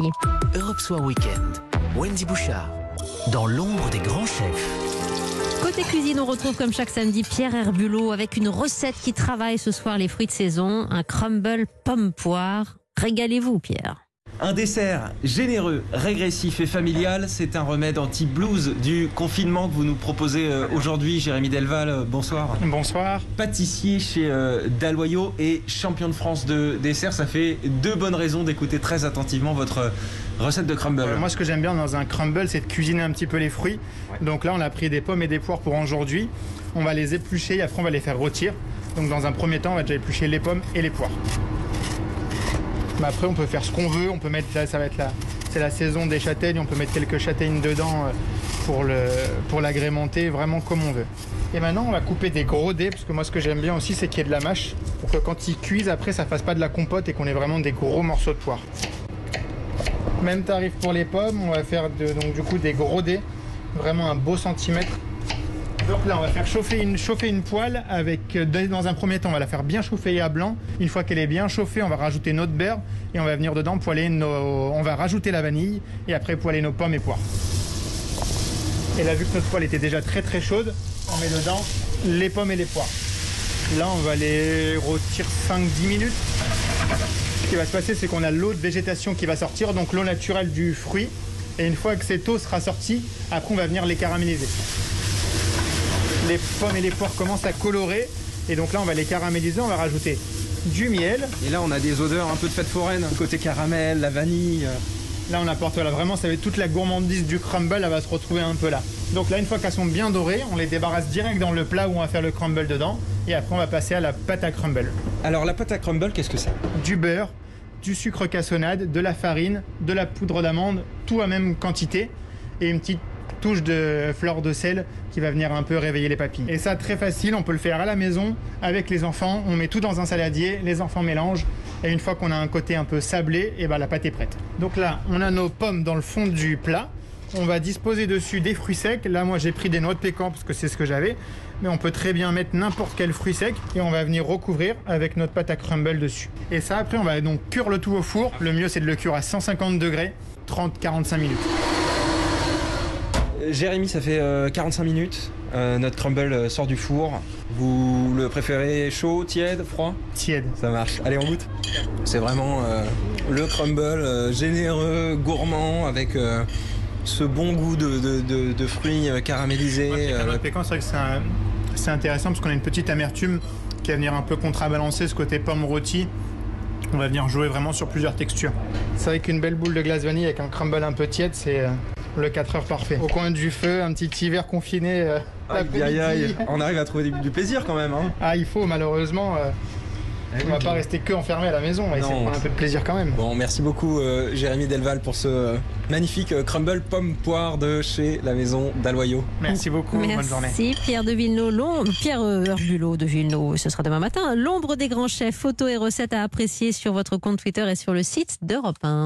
conseils. Europe Soir Weekend. Wendy Bouchard, dans l'ombre des grands chefs. Côté cuisine, on retrouve comme chaque samedi Pierre Herbulot avec une recette qui travaille ce soir les fruits de saison, un crumble pomme-poire. Régalez-vous Pierre. Un dessert généreux, régressif et familial, c'est un remède anti-blues du confinement que vous nous proposez aujourd'hui. Jérémy Delval, bonsoir. Bonsoir. Pâtissier chez Dalloyau et champion de France de dessert, ça fait 2 bonnes raisons d'écouter très attentivement votre recette de crumble. Moi, ce que j'aime bien dans un crumble, c'est de cuisiner un petit peu les fruits. Donc là, on a pris des pommes et des poires pour aujourd'hui. On va les éplucher et après on va les faire rôtir. Donc dans un premier temps, on va déjà éplucher les pommes et les poires. Mais après, on peut faire ce qu'on veut. On peut mettre, là, ça va être c'est la saison des châtaignes. On peut mettre quelques châtaignes dedans pour l'agrémenter vraiment comme on veut. Et maintenant, on va couper des gros dés, parce que moi, ce que j'aime bien aussi, c'est qu'il y ait de la mâche, pour que quand ils cuisent, après, ça fasse pas de la compote et qu'on ait vraiment des gros morceaux de poire. Même tarif pour les pommes. On va faire donc du coup des gros dés, vraiment un beau centimètre. Donc là, on va faire chauffer une poêle avec, dans un premier temps, on va la faire bien chauffer à blanc. Une fois qu'elle est bien chauffée, on va rajouter notre beurre et on va venir dedans poêler on va rajouter la vanille et après poêler nos pommes et poires. Et là, vu que notre poêle était déjà très très chaude, on met dedans les pommes et les poires. Là, on va les rôtir 5-10 minutes. Ce qui va se passer, c'est qu'on a l'eau de végétation qui va sortir, donc l'eau naturelle du fruit. Et une fois que cette eau sera sortie, après, on va venir les caraméliser. Les pommes et les poires commencent à colorer et donc là on va les caraméliser, on va rajouter du miel. Et là on a des odeurs un peu de fête foraine, côté caramel, la vanille. Là on apporte vraiment, ça va être toute la gourmandise du crumble, elle va se retrouver un peu là. Donc là une fois qu'elles sont bien dorées, on les débarrasse direct dans le plat où on va faire le crumble dedans et après on va passer à la pâte à crumble. Alors la pâte à crumble, qu'est-ce que c'est? Du beurre, du sucre cassonade, de la farine, de la poudre d'amande, tout à même quantité et une petite touche de fleur de sel qui va venir un peu réveiller les papilles. Et ça, très facile, on peut le faire à la maison avec les enfants. On met tout dans un saladier, les enfants mélangent et une fois qu'on a un côté un peu sablé, et ben la pâte est prête. Donc là, on a nos pommes dans le fond du plat. On va disposer dessus des fruits secs. Là, moi, j'ai pris des noix de pécan parce que c'est ce que j'avais. Mais on peut très bien mettre n'importe quel fruit sec et on va venir recouvrir avec notre pâte à crumble dessus. Et ça, après, on va donc cuire le tout au four. Le mieux, c'est de le cuire à 150 degrés, 30-45 minutes. Jérémy, ça fait 45 minutes, notre crumble sort du four. Vous le préférez chaud, tiède, froid? Tiède. Ça marche. Allez, on goûte. C'est vraiment le crumble généreux, gourmand, avec ce bon goût de fruits caramélisés. Le pécan, c'est vrai que c'est intéressant parce qu'on a une petite amertume qui va venir un peu contrebalancer ce côté pomme rôti. On va venir jouer vraiment sur plusieurs textures. C'est vrai qu'une belle boule de glace vanille avec un crumble un peu tiède, c'est le 4 heures parfait. Au coin du feu, un petit hiver confiné. Aïe. On arrive à trouver du plaisir quand même. Hein. Ah, il faut malheureusement. On va pas rester que enfermé à la maison, on va essayer de prendre un peu de plaisir quand même. Bon, merci beaucoup Jérémy Delval pour ce magnifique crumble pomme-poire de chez la maison Dalloyau. Merci beaucoup, bonne journée. Merci Pierre Herbulot de Villeneuve, ce sera demain matin. L'ombre des grands chefs, photos et recettes à apprécier sur votre compte Twitter et sur le site d'Europe 1.